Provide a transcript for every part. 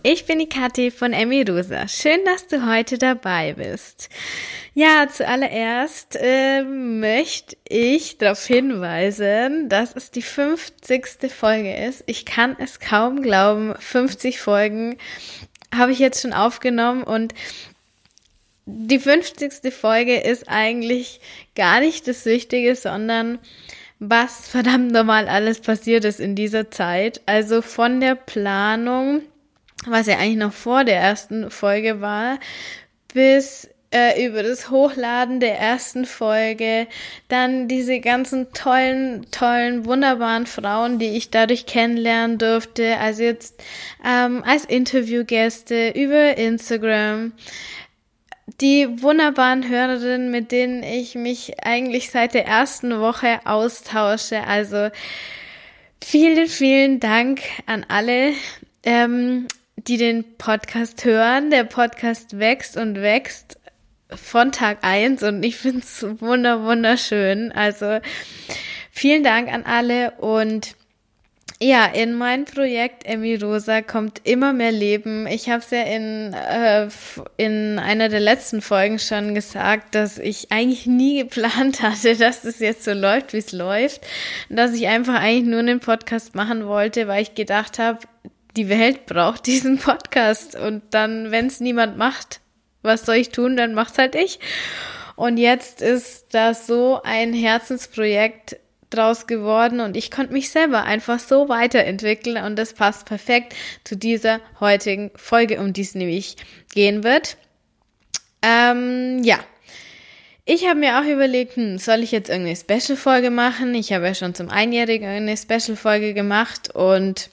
ich bin die Kathi von Emirusa. Schön, dass du heute dabei bist. Ja, zuallererst möchte ich darauf hinweisen, dass es die 50. Folge ist. Ich kann es kaum glauben, 50 Folgen habe ich jetzt schon aufgenommen und die 50. Folge ist eigentlich gar nicht das Wichtige, sondern was verdammt normal alles passiert ist in dieser Zeit. Also von der Planung, was ja eigentlich noch vor der ersten Folge war, bis über das Hochladen der ersten Folge, dann diese ganzen tollen, wunderbaren Frauen, die ich dadurch kennenlernen durfte, also jetzt als Interviewgäste über Instagram, die wunderbaren Hörerinnen, mit denen ich mich eigentlich seit der ersten Woche austausche. Also vielen, vielen Dank an alle, die den Podcast hören. Der Podcast wächst und wächst von Tag 1 und ich finde es wunderschön. Also vielen Dank an alle und ja, in mein Projekt Emirusa kommt immer mehr Leben. Ich habe es ja in einer der letzten Folgen schon gesagt, dass ich eigentlich nie geplant hatte, dass es jetzt so läuft, wie es läuft. Und dass ich einfach eigentlich nur einen Podcast machen wollte, weil ich gedacht habe, die Welt braucht diesen Podcast. Und dann, wenn es niemand macht, was soll ich tun, dann mach's halt ich. Und jetzt ist das so ein Herzensprojekt draus geworden und ich konnte mich selber einfach so weiterentwickeln und das passt perfekt zu dieser heutigen Folge, um die es nämlich gehen wird. Ja, ich habe mir auch überlegt, soll ich jetzt irgendeine Special-Folge machen? Ich habe ja schon zum Einjährigen eine Special-Folge gemacht und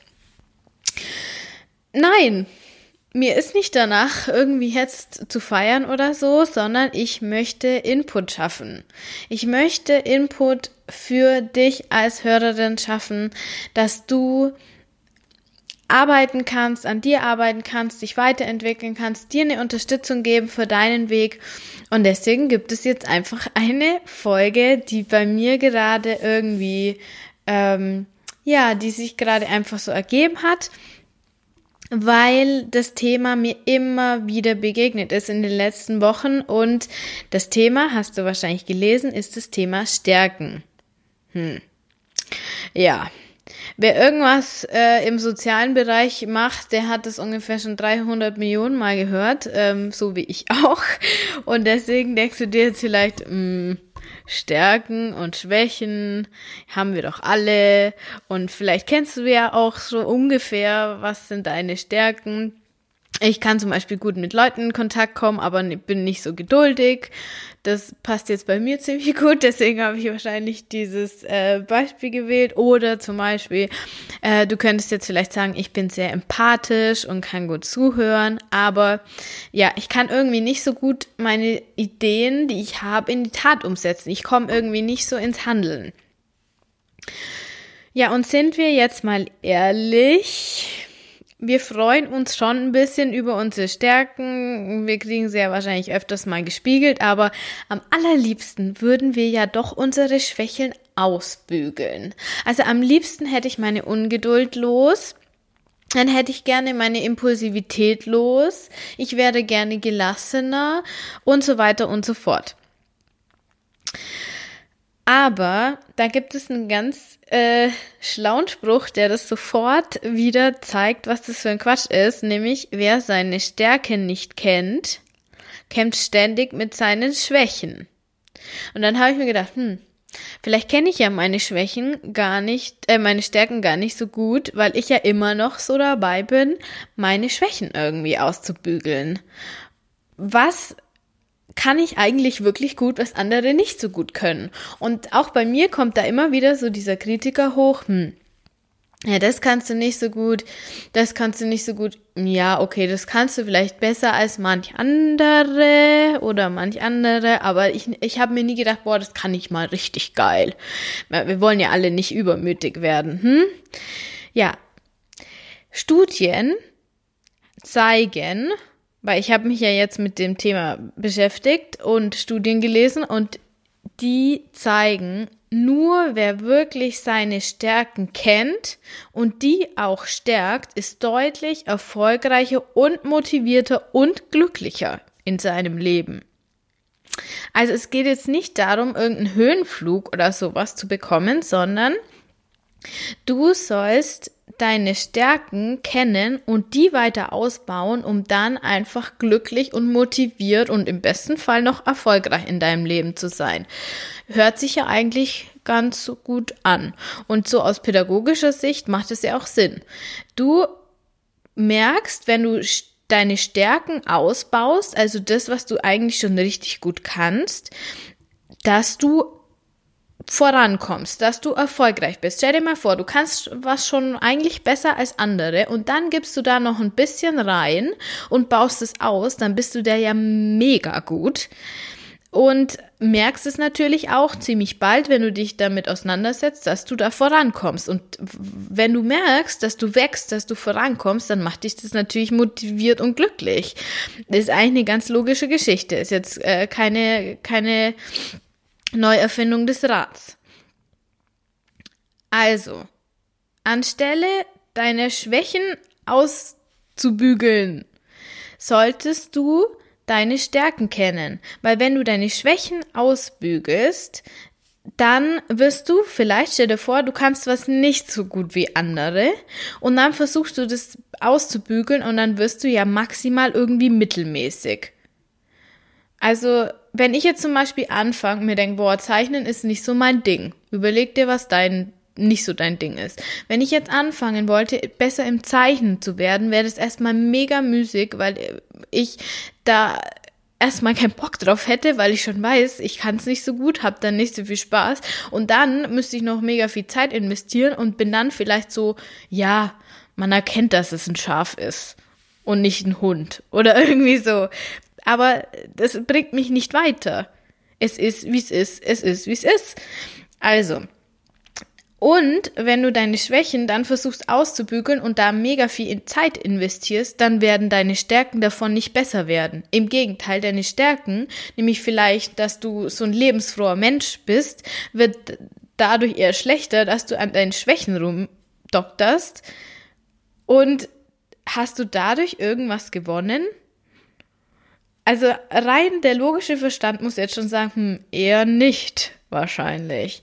nein, mir ist nicht danach, irgendwie jetzt zu feiern oder so, sondern ich möchte Input schaffen. Ich möchte Input für dich als Hörerin schaffen, dass du arbeiten kannst, an dir arbeiten kannst, dich weiterentwickeln kannst, dir eine Unterstützung geben für deinen Weg. Und deswegen gibt es jetzt einfach eine Folge, die bei mir gerade irgendwie, die sich gerade einfach so ergeben hat, weil das Thema mir immer wieder begegnet ist in den letzten Wochen und das Thema, hast du wahrscheinlich gelesen, ist das Thema Stärken. Ja, wer irgendwas im sozialen Bereich macht, der hat das ungefähr schon 300 Millionen Mal gehört, so wie ich auch und deswegen denkst du dir jetzt vielleicht, Stärken und Schwächen haben wir doch alle und vielleicht kennst du ja auch so ungefähr, was sind deine Stärken. Ich kann zum Beispiel gut mit Leuten in Kontakt kommen, aber bin nicht so geduldig. Das passt jetzt bei mir ziemlich gut, deswegen habe ich wahrscheinlich dieses Beispiel gewählt. Oder zum Beispiel, du könntest jetzt vielleicht sagen, ich bin sehr empathisch und kann gut zuhören, aber ja, ich kann irgendwie nicht so gut meine Ideen, die ich habe, in die Tat umsetzen. Ich komme irgendwie nicht so ins Handeln. Ja, und sind wir jetzt mal ehrlich, wir freuen uns schon ein bisschen über unsere Stärken. Wir kriegen sie ja wahrscheinlich öfters mal gespiegelt, aber am allerliebsten würden wir ja doch unsere Schwächen ausbügeln. Also am liebsten hätte ich meine Ungeduld los. Dann hätte ich gerne meine Impulsivität los. Ich wäre gerne gelassener und so weiter und so fort. Aber da gibt es einen ganz schlauen Spruch, der das sofort wieder zeigt, was das für ein Quatsch ist, nämlich wer seine Stärken nicht kennt, kämpft ständig mit seinen Schwächen. Und dann habe ich mir gedacht, vielleicht kenne ich ja meine Schwächen gar nicht, meine Stärken gar nicht so gut, weil ich ja immer noch so dabei bin, meine Schwächen irgendwie auszubügeln. Was kann ich eigentlich wirklich gut, was andere nicht so gut können? Und auch bei mir kommt da immer wieder so dieser Kritiker hoch, ja, das kannst du nicht so gut, ja, okay, das kannst du vielleicht besser als manch andere, aber ich habe mir nie gedacht, boah, das kann ich mal richtig geil. Wir wollen ja alle nicht übermütig werden, Ja, Studien zeigen, weil ich habe mich ja jetzt mit dem Thema beschäftigt und Studien gelesen und die zeigen, nur wer wirklich seine Stärken kennt und die auch stärkt, ist deutlich erfolgreicher und motivierter und glücklicher in seinem Leben. Also es geht jetzt nicht darum, irgendeinen Höhenflug oder sowas zu bekommen, sondern du sollst deine Stärken kennen und die weiter ausbauen, um dann einfach glücklich und motiviert und im besten Fall noch erfolgreich in deinem Leben zu sein. Hört sich ja eigentlich ganz gut an. Und so aus pädagogischer Sicht macht es ja auch Sinn. Du merkst, wenn du deine Stärken ausbaust, also das, was du eigentlich schon richtig gut kannst, dass du vorankommst, dass du erfolgreich bist. Stell dir mal vor, du kannst was schon eigentlich besser als andere und dann gibst du da noch ein bisschen rein und baust es aus, dann bist du da ja mega gut und merkst es natürlich auch ziemlich bald, wenn du dich damit auseinandersetzt, dass du da vorankommst. Und wenn du merkst, dass du wächst, dass du vorankommst, dann macht dich das natürlich motiviert und glücklich. Das ist eigentlich eine ganz logische Geschichte. Ist jetzt keine Neuerfindung des Rads. Also, anstelle deine Schwächen auszubügeln, solltest du deine Stärken kennen. Weil wenn du deine Schwächen ausbügelst, dann wirst du, vielleicht stell dir vor, du kannst was nicht so gut wie andere und dann versuchst du das auszubügeln und dann wirst du ja maximal irgendwie mittelmäßig. Also, wenn ich jetzt zum Beispiel anfange und mir denke, boah, Zeichnen ist nicht so mein Ding. Überleg dir, was nicht so dein Ding ist. Wenn ich jetzt anfangen wollte, besser im Zeichnen zu werden, wäre das erstmal mega müßig, weil ich da erstmal keinen Bock drauf hätte, weil ich schon weiß, ich kann es nicht so gut, habe dann nicht so viel Spaß. Und dann müsste ich noch mega viel Zeit investieren und bin dann vielleicht so, ja, man erkennt, dass es ein Schaf ist und nicht ein Hund oder irgendwie so. Aber das bringt mich nicht weiter. Es ist, wie es ist. Es ist, wie es ist. Also, und wenn du deine Schwächen dann versuchst auszubügeln und da mega viel Zeit investierst, dann werden deine Stärken davon nicht besser werden. Im Gegenteil, deine Stärken, nämlich vielleicht, dass du so ein lebensfroher Mensch bist, wird dadurch eher schlechter, dass du an deinen Schwächen rumdokterst. Und hast du dadurch irgendwas gewonnen? Also rein der logische Verstand muss jetzt schon sagen, eher nicht wahrscheinlich.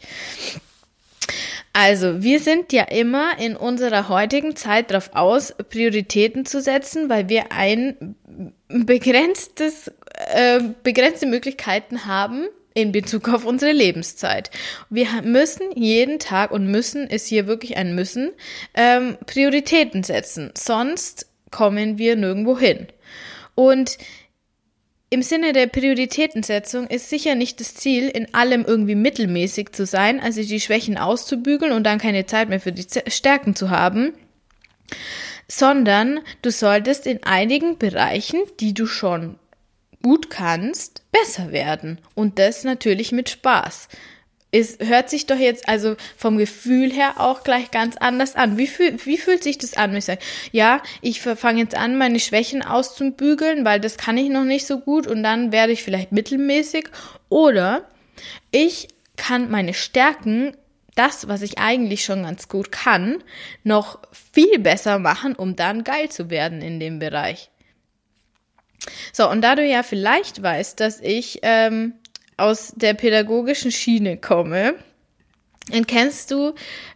Also wir sind ja immer in unserer heutigen Zeit darauf aus, Prioritäten zu setzen, weil wir begrenzte Möglichkeiten haben in Bezug auf unsere Lebenszeit. Wir müssen jeden Tag, und müssen ist hier wirklich ein Müssen, Prioritäten setzen, sonst kommen wir nirgendwo hin. Und im Sinne der Prioritätensetzung ist sicher nicht das Ziel, in allem irgendwie mittelmäßig zu sein, also die Schwächen auszubügeln und dann keine Zeit mehr für die Stärken zu haben, sondern du solltest in einigen Bereichen, die du schon gut kannst, besser werden. Und das natürlich mit Spaß. Es hört sich doch jetzt also vom Gefühl her auch gleich ganz anders an. Wie fühlt sich das an, wenn ich sage, ja, ich fange jetzt an, meine Schwächen auszubügeln, weil das kann ich noch nicht so gut und dann werde ich vielleicht mittelmäßig. Oder ich kann meine Stärken, das, was ich eigentlich schon ganz gut kann, noch viel besser machen, um dann geil zu werden in dem Bereich. So, und da du ja vielleicht weißt, dass ich aus der pädagogischen Schiene komme, dann kennst du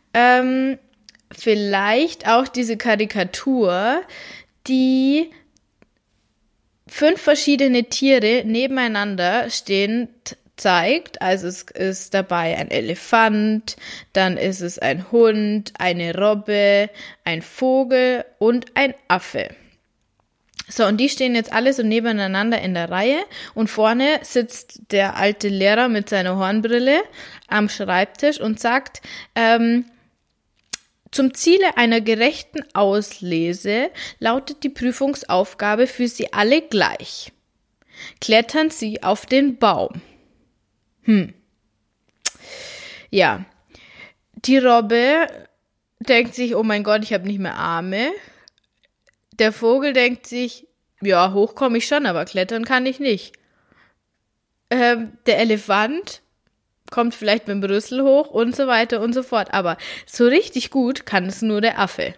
vielleicht auch diese Karikatur, die 5 verschiedene Tiere nebeneinander stehend zeigt. Also es ist dabei ein Elefant, dann ist es ein Hund, eine Robbe, ein Vogel und ein Affe. So, und die stehen jetzt alle so nebeneinander in der Reihe und vorne sitzt der alte Lehrer mit seiner Hornbrille am Schreibtisch und sagt, zum Ziele einer gerechten Auslese lautet die Prüfungsaufgabe für Sie alle gleich. Klettern Sie auf den Baum. Ja, die Robbe denkt sich, oh mein Gott, ich habe nicht mehr Arme. Der Vogel denkt sich, ja, hoch komme ich schon, aber klettern kann ich nicht. Der Elefant kommt vielleicht mit dem Rüssel hoch und so weiter und so fort. Aber so richtig gut kann es nur der Affe.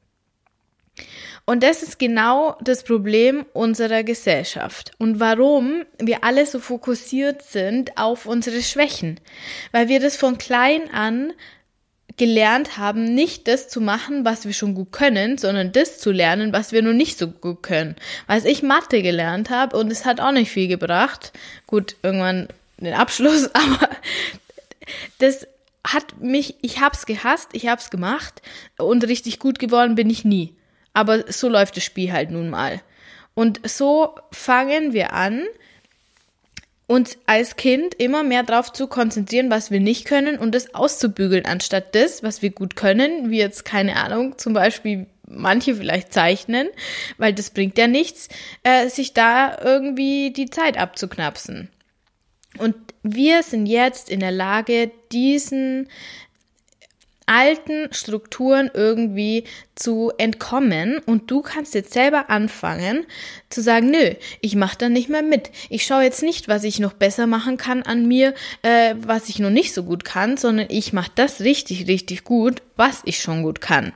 Und das ist genau das Problem unserer Gesellschaft. Und warum wir alle so fokussiert sind auf unsere Schwächen. Weil wir das von klein an gelernt haben, nicht das zu machen, was wir schon gut können, sondern das zu lernen, was wir noch nicht so gut können. Als ich Mathe gelernt habe, und es hat auch nicht viel gebracht, gut, irgendwann den Abschluss, aber das hat mich, ich hab's gehasst, ich hab's gemacht und richtig gut geworden bin ich nie. Aber so läuft das Spiel halt nun mal. Und so fangen wir an, uns als Kind immer mehr darauf zu konzentrieren, was wir nicht können und das auszubügeln, anstatt das, was wir gut können, wie jetzt, keine Ahnung, zum Beispiel manche vielleicht zeichnen, weil das bringt ja nichts, sich da irgendwie die Zeit abzuknapsen. Und wir sind jetzt in der Lage, diesen alten Strukturen irgendwie zu entkommen und du kannst jetzt selber anfangen zu sagen, nö, ich mache da nicht mehr mit. Ich schaue jetzt nicht, was ich noch besser machen kann an mir, was ich noch nicht so gut kann, sondern ich mache das richtig, richtig gut, was ich schon gut kann.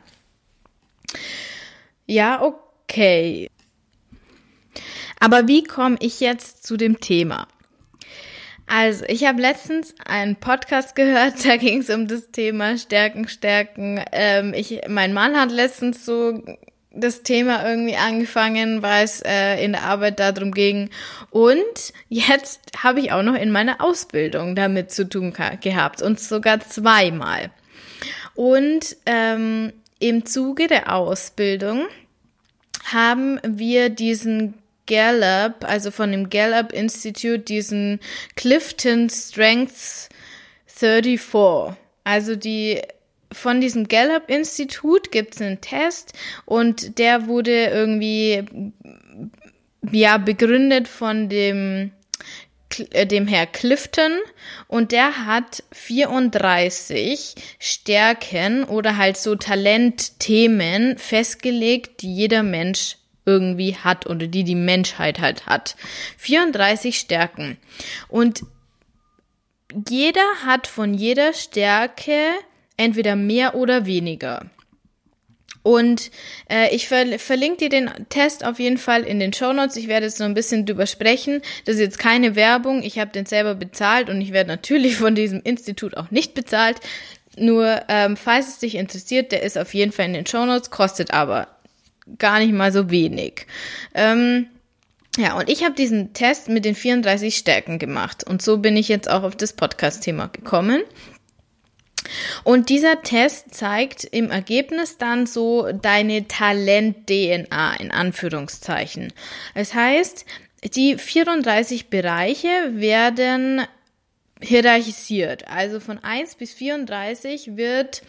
Ja, okay. Aber wie komme ich jetzt zu dem Thema? Also, ich habe letztens einen Podcast gehört, da ging es um das Thema Stärken. Mein Mann hat letztens so das Thema irgendwie angefangen, weil es in der Arbeit darum ging. Und jetzt habe ich auch noch in meiner Ausbildung damit zu tun gehabt und sogar zweimal. Und im Zuge der Ausbildung haben wir diesen Gallup, also von dem Gallup Institute, diesen Clifton Strengths 34. Also von diesem Gallup Institut gibt es einen Test und der wurde irgendwie begründet von dem Herr Clifton und der hat 34 Stärken oder halt so Talentthemen festgelegt, die jeder Mensch irgendwie hat oder die Menschheit halt hat. 34 Stärken. Und jeder hat von jeder Stärke entweder mehr oder weniger. Und ich verlinke dir den Test auf jeden Fall in den Shownotes. Ich werde jetzt noch ein bisschen drüber sprechen. Das ist jetzt keine Werbung. Ich habe den selber bezahlt und ich werde natürlich von diesem Institut auch nicht bezahlt. Nur, falls es dich interessiert, der ist auf jeden Fall in den Shownotes, kostet aber gar nicht mal so wenig. Ja, und ich habe diesen Test mit den 34 Stärken gemacht. Und so bin ich jetzt auch auf das Podcast-Thema gekommen. Und dieser Test zeigt im Ergebnis dann so deine Talent-DNA in Anführungszeichen. Das heißt, die 34 Bereiche werden hierarchisiert. Also von 1 bis 34 wird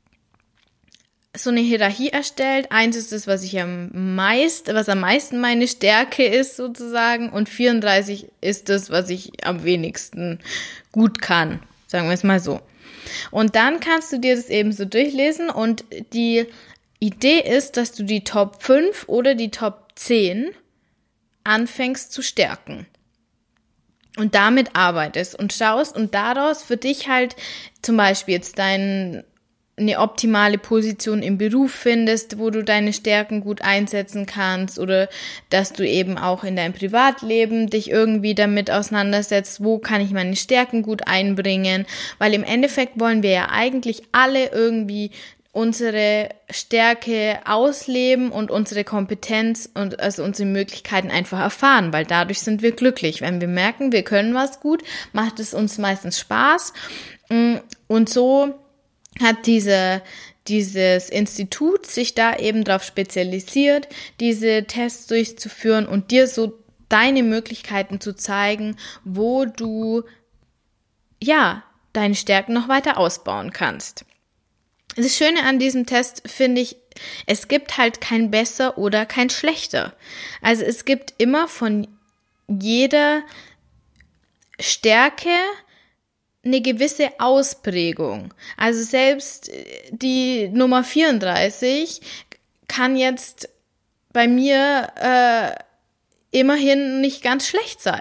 so eine Hierarchie erstellt. 1 ist das, was am meisten meine Stärke ist sozusagen und 34 ist das, was ich am wenigsten gut kann. Sagen wir es mal so. Und dann kannst du dir das eben so durchlesen und die Idee ist, dass du die Top 5 oder die Top 10 anfängst zu stärken. Und damit arbeitest und schaust und daraus für dich halt zum Beispiel jetzt eine optimale Position im Beruf findest, wo du deine Stärken gut einsetzen kannst oder dass du eben auch in deinem Privatleben dich irgendwie damit auseinandersetzt, wo kann ich meine Stärken gut einbringen, weil im Endeffekt wollen wir ja eigentlich alle irgendwie unsere Stärke ausleben und unsere Kompetenz und also unsere Möglichkeiten einfach erfahren, weil dadurch sind wir glücklich. Wenn wir merken, wir können was gut, macht es uns meistens Spaß und so hat dieses Institut sich da eben drauf spezialisiert, diese Tests durchzuführen und dir so deine Möglichkeiten zu zeigen, wo du, ja, deine Stärken noch weiter ausbauen kannst. Das Schöne an diesem Test finde ich, es gibt halt kein besser oder kein schlechter. Also es gibt immer von jeder Stärke eine gewisse Ausprägung. Also selbst die Nummer 34 kann jetzt bei mir immerhin nicht ganz schlecht sein.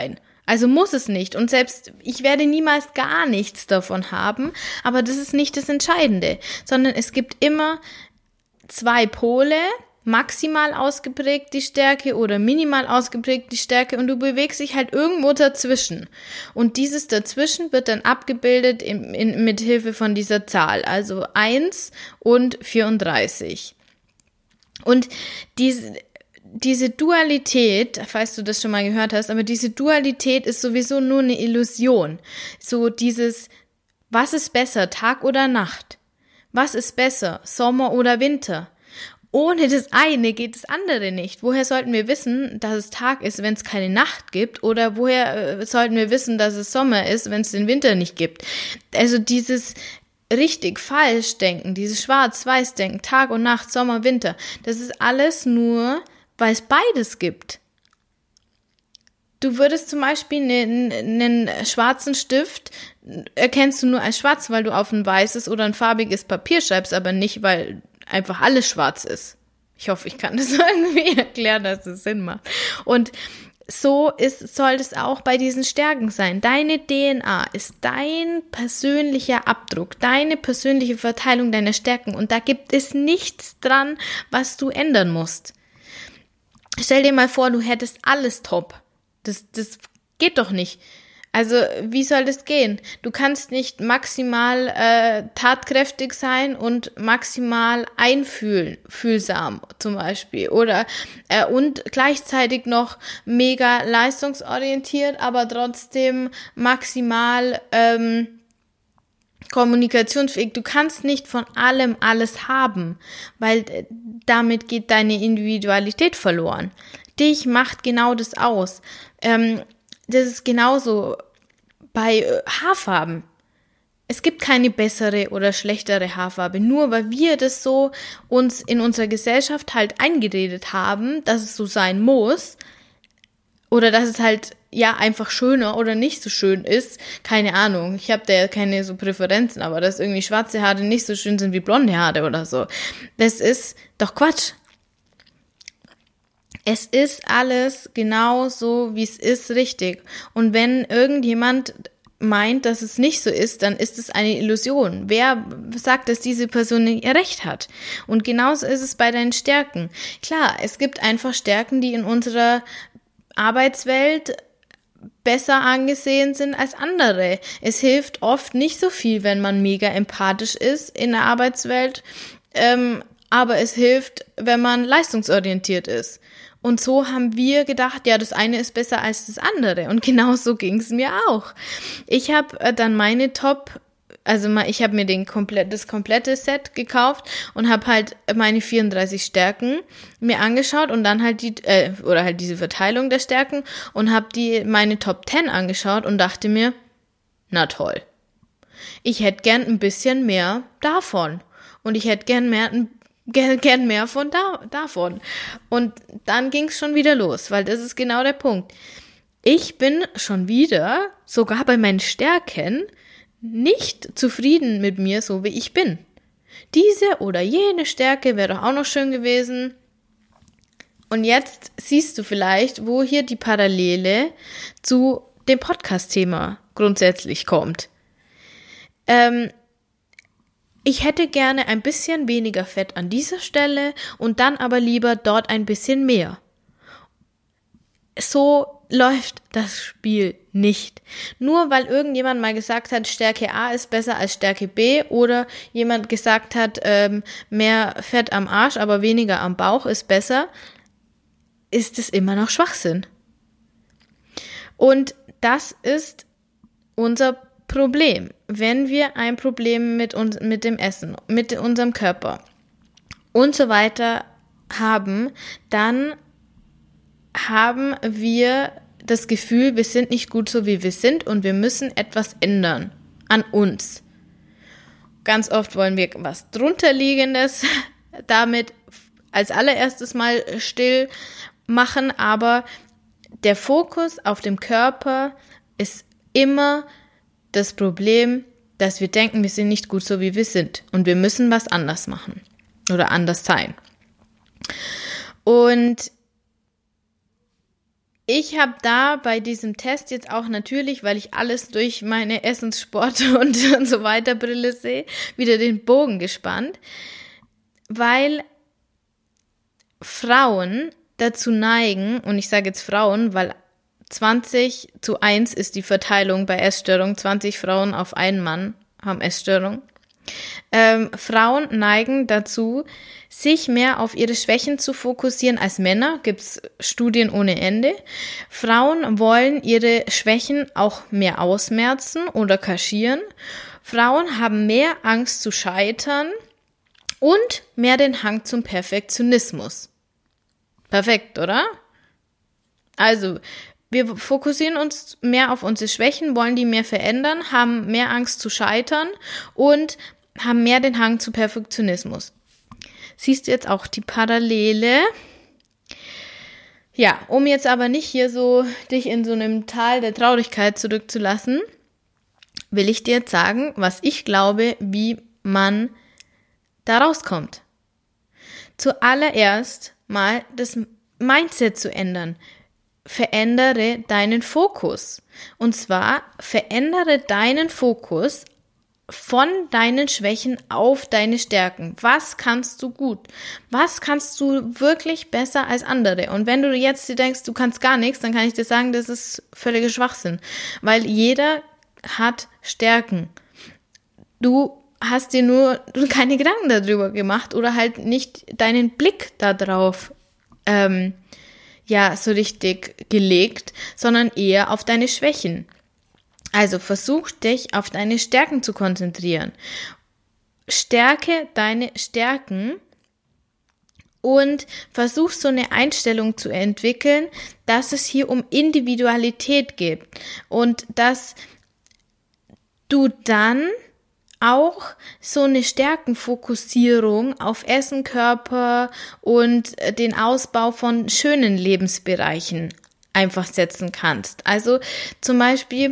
Also muss es nicht. Und selbst ich werde niemals gar nichts davon haben, aber das ist nicht das Entscheidende, sondern es gibt immer 2 Pole, maximal ausgeprägt die Stärke oder minimal ausgeprägt die Stärke und du bewegst dich halt irgendwo dazwischen. Und dieses dazwischen wird dann abgebildet mit Hilfe von dieser Zahl, also 1 und 34. Und diese Dualität, falls du das schon mal gehört hast, aber diese Dualität ist sowieso nur eine Illusion. So dieses, was ist besser, Tag oder Nacht? Was ist besser, Sommer oder Winter? Ohne das eine geht das andere nicht. Woher sollten wir wissen, dass es Tag ist, wenn es keine Nacht gibt? Oder woher sollten wir wissen, dass es Sommer ist, wenn es den Winter nicht gibt? Also dieses richtig-falsch-Denken, dieses Schwarz-Weiß-Denken, Tag und Nacht, Sommer, Winter, das ist alles nur, weil es beides gibt. Du würdest zum Beispiel einen schwarzen Stift, erkennst du nur als schwarz, weil du auf ein weißes oder ein farbiges Papier schreibst, aber nicht, weil einfach alles schwarz ist. Ich hoffe, ich kann das irgendwie erklären, dass es Sinn macht. Und so soll es auch bei diesen Stärken sein. Deine DNA ist dein persönlicher Abdruck, deine persönliche Verteilung deiner Stärken und da gibt es nichts dran, was du ändern musst. Stell dir mal vor, du hättest alles top. Das geht doch nicht. Also, wie soll das gehen? Du kannst nicht maximal tatkräftig sein und maximal einfühlsam zum Beispiel oder und gleichzeitig noch mega leistungsorientiert, aber trotzdem maximal kommunikationsfähig. Du kannst nicht von allem alles haben, weil damit geht deine Individualität verloren. Dich macht genau das aus. Das ist genauso bei Haarfarben. Es gibt keine bessere oder schlechtere Haarfarbe, nur weil wir das so uns in unserer Gesellschaft halt eingeredet haben, dass es so sein muss oder dass es halt ja einfach schöner oder nicht so schön ist. Keine Ahnung, ich habe da ja keine so Präferenzen, aber dass irgendwie schwarze Haare nicht so schön sind wie blonde Haare oder so. Das ist doch Quatsch. Es ist alles genau so, wie es ist, richtig. Und wenn irgendjemand meint, dass es nicht so ist, dann ist es eine Illusion. Wer sagt, dass diese Person nicht recht hat? Und genauso ist es bei deinen Stärken. Klar, es gibt einfach Stärken, die in unserer Arbeitswelt besser angesehen sind als andere. Es hilft oft nicht so viel, wenn man mega empathisch ist in der Arbeitswelt, aber es hilft, wenn man leistungsorientiert ist. Und so haben wir gedacht, ja, das eine ist besser als das andere. Und genau so ging es mir auch. Ich habe dann meine ich habe mir das komplette Set gekauft und habe halt meine 34 Stärken mir angeschaut und dann halt diese Verteilung der Stärken und habe meine Top 10 angeschaut und dachte mir, na toll. Ich hätte gern ein bisschen mehr davon. Und ich hätte gern mehr von davon. Und dann ging es schon wieder los, weil das ist genau der Punkt. Ich bin schon wieder, sogar bei meinen Stärken, nicht zufrieden mit mir, so wie ich bin. Diese oder jene Stärke wäre doch auch noch schön gewesen. Und jetzt siehst du vielleicht, wo hier die Parallele zu dem Podcast-Thema grundsätzlich kommt. Ich hätte gerne ein bisschen weniger Fett an dieser Stelle und dann aber lieber dort ein bisschen mehr. So läuft das Spiel nicht. Nur weil irgendjemand mal gesagt hat, Stärke A ist besser als Stärke B oder jemand gesagt hat, mehr Fett am Arsch, aber weniger am Bauch ist besser, ist es immer noch Schwachsinn. Und das ist unser Problem. Wenn wir ein Problem mit dem Essen, mit unserem Körper und so weiter haben, dann haben wir das Gefühl, wir sind nicht gut so, wie wir sind und wir müssen etwas ändern an uns. Ganz oft wollen wir was drunterliegendes damit als allererstes mal still machen, aber der Fokus auf dem Körper ist immer das Problem, dass wir denken, wir sind nicht gut so, wie wir sind und wir müssen was anders machen oder anders sein. Und ich habe da bei diesem Test jetzt auch natürlich, weil ich alles durch meine Essenssport und so weiter Brille sehe, wieder den Bogen gespannt, weil Frauen dazu neigen, und ich sage jetzt Frauen, weil 20:1 ist die Verteilung bei Essstörung, 20 Frauen auf einen Mann haben Essstörung. Frauen neigen dazu, sich mehr auf ihre Schwächen zu fokussieren als Männer. Gibt's Studien ohne Ende. Frauen wollen ihre Schwächen auch mehr ausmerzen oder kaschieren. Frauen haben mehr Angst zu scheitern und mehr den Hang zum Perfektionismus. Perfekt, oder? Also, wir fokussieren uns mehr auf unsere Schwächen, wollen die mehr verändern, haben mehr Angst zu scheitern und haben mehr den Hang zu Perfektionismus. Siehst du jetzt auch die Parallele? Ja, um jetzt aber nicht hier so dich in so einem Tal der Traurigkeit zurückzulassen, will ich dir jetzt sagen, was ich glaube, wie man da rauskommt. Zuallererst mal das Mindset zu ändern. Verändere deinen Fokus. Und zwar verändere deinen Fokus von deinen Schwächen auf deine Stärken. Was kannst du gut? Was kannst du wirklich besser als andere? Und wenn du jetzt dir denkst, du kannst gar nichts, dann kann ich dir sagen, das ist völliger Schwachsinn. Weil jeder hat Stärken. Du hast dir nur keine Gedanken darüber gemacht oder halt nicht deinen Blick darauf so richtig gelegt, sondern eher auf deine Schwächen. Also versuch dich auf deine Stärken zu konzentrieren. Stärke deine Stärken und versuch so eine Einstellung zu entwickeln, dass es hier um Individualität geht und dass du dann auch so eine Stärkenfokussierung auf Essen, Körper und den Ausbau von schönen Lebensbereichen einfach setzen kannst. Also zum Beispiel,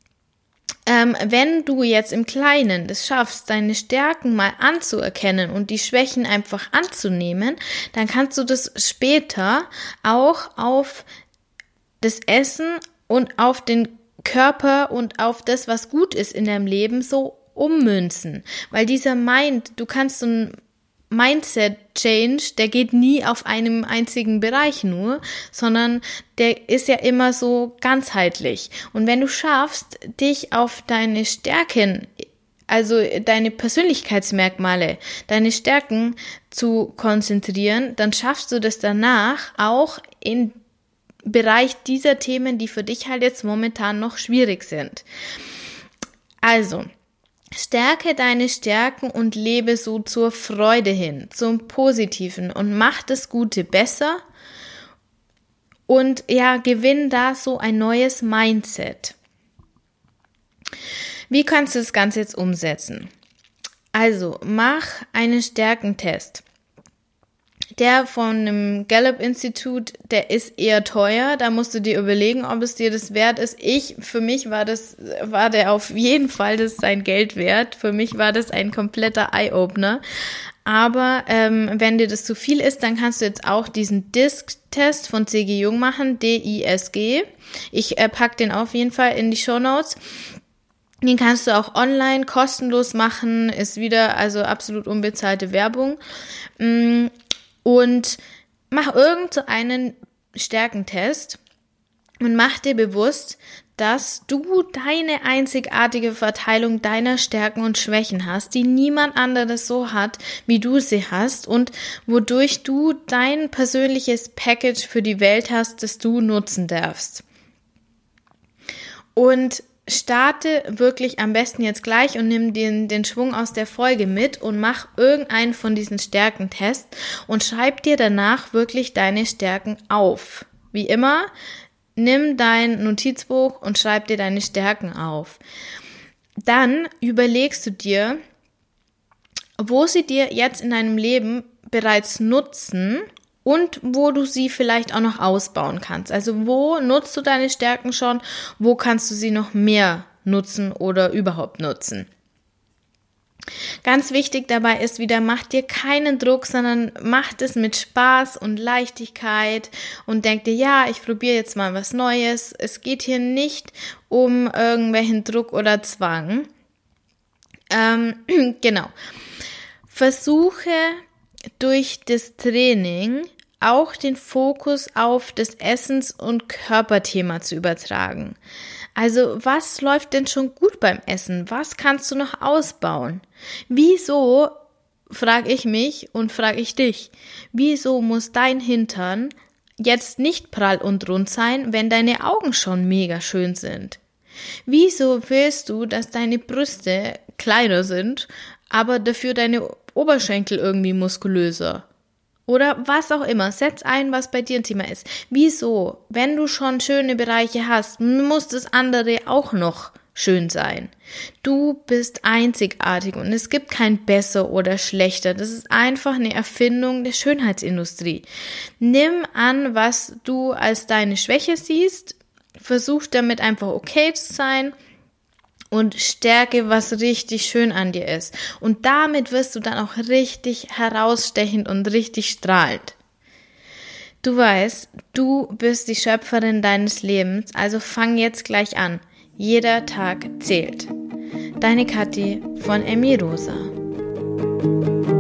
wenn du jetzt im Kleinen es schaffst, deine Stärken mal anzuerkennen und die Schwächen einfach anzunehmen, dann kannst du das später auch auf das Essen und auf den Körper und auf das, was gut ist in deinem Leben, so ummünzen. Weil dieser du kannst so ein Mindset-Change, der geht nie auf einem einzigen Bereich nur, sondern der ist ja immer so ganzheitlich. Und wenn du schaffst, dich auf deine Stärken, also deine Persönlichkeitsmerkmale, deine Stärken zu konzentrieren, dann schaffst du das danach auch in Bereich dieser Themen, die für dich halt jetzt momentan noch schwierig sind. Also, stärke deine Stärken und lebe so zur Freude hin, zum Positiven und mach das Gute besser und ja, gewinn da so ein neues Mindset. Wie kannst du das Ganze jetzt umsetzen? Also, mach einen Stärkentest. Der von dem Gallup-Institut, der ist eher teuer. Da musst du dir überlegen, ob es dir das wert ist. Für mich war der auf jeden Fall sein Geld wert. Für mich war das ein kompletter Eye-Opener. Aber wenn dir das zu viel ist, dann kannst du jetzt auch diesen DISC-Test von C.G. Jung machen, DISG. Ich pack den auf jeden Fall in die Shownotes. Den kannst du auch online kostenlos machen. Ist wieder also absolut unbezahlte Werbung. Und mach einen Stärkentest und mach dir bewusst, dass du deine einzigartige Verteilung deiner Stärken und Schwächen hast, die niemand anderes so hat, wie du sie hast und wodurch du dein persönliches Package für die Welt hast, das du nutzen darfst. Und starte wirklich am besten jetzt gleich und nimm den Schwung aus der Folge mit und mach irgendeinen von diesen Stärkentests und schreib dir danach wirklich deine Stärken auf. Wie immer, nimm dein Notizbuch und schreib dir deine Stärken auf. Dann überlegst du dir, wo sie dir jetzt in deinem Leben bereits nutzen und wo du sie vielleicht auch noch ausbauen kannst. Also wo nutzt du deine Stärken schon, wo kannst du sie noch mehr nutzen oder überhaupt nutzen. Ganz wichtig dabei ist wieder, mach dir keinen Druck, sondern mach es mit Spaß und Leichtigkeit und denk dir, ja, ich probiere jetzt mal was Neues. Es geht hier nicht um irgendwelchen Druck oder Zwang. Genau. Versuche durch das Training auch den Fokus auf das Essens- und Körperthema zu übertragen. Also, was läuft denn schon gut beim Essen? Was kannst du noch ausbauen? Wieso, frage ich mich und frage ich dich, wieso muss dein Hintern jetzt nicht prall und rund sein, wenn deine Augen schon mega schön sind? Wieso willst du, dass deine Brüste kleiner sind, aber dafür deine Oberschenkel irgendwie muskulöser? Oder was auch immer, setz ein, was bei dir ein Thema ist. Wieso, wenn du schon schöne Bereiche hast, muss das andere auch noch schön sein. Du bist einzigartig und es gibt kein besser oder schlechter. Das ist einfach eine Erfindung der Schönheitsindustrie. Nimm an, was du als deine Schwäche siehst, versuch damit einfach okay zu sein und stärke, was richtig schön an dir ist. Und damit wirst du dann auch richtig herausstechend und richtig strahlend. Du weißt, du bist die Schöpferin deines Lebens, also fang jetzt gleich an. Jeder Tag zählt. Deine Kathi von Emi Rosa.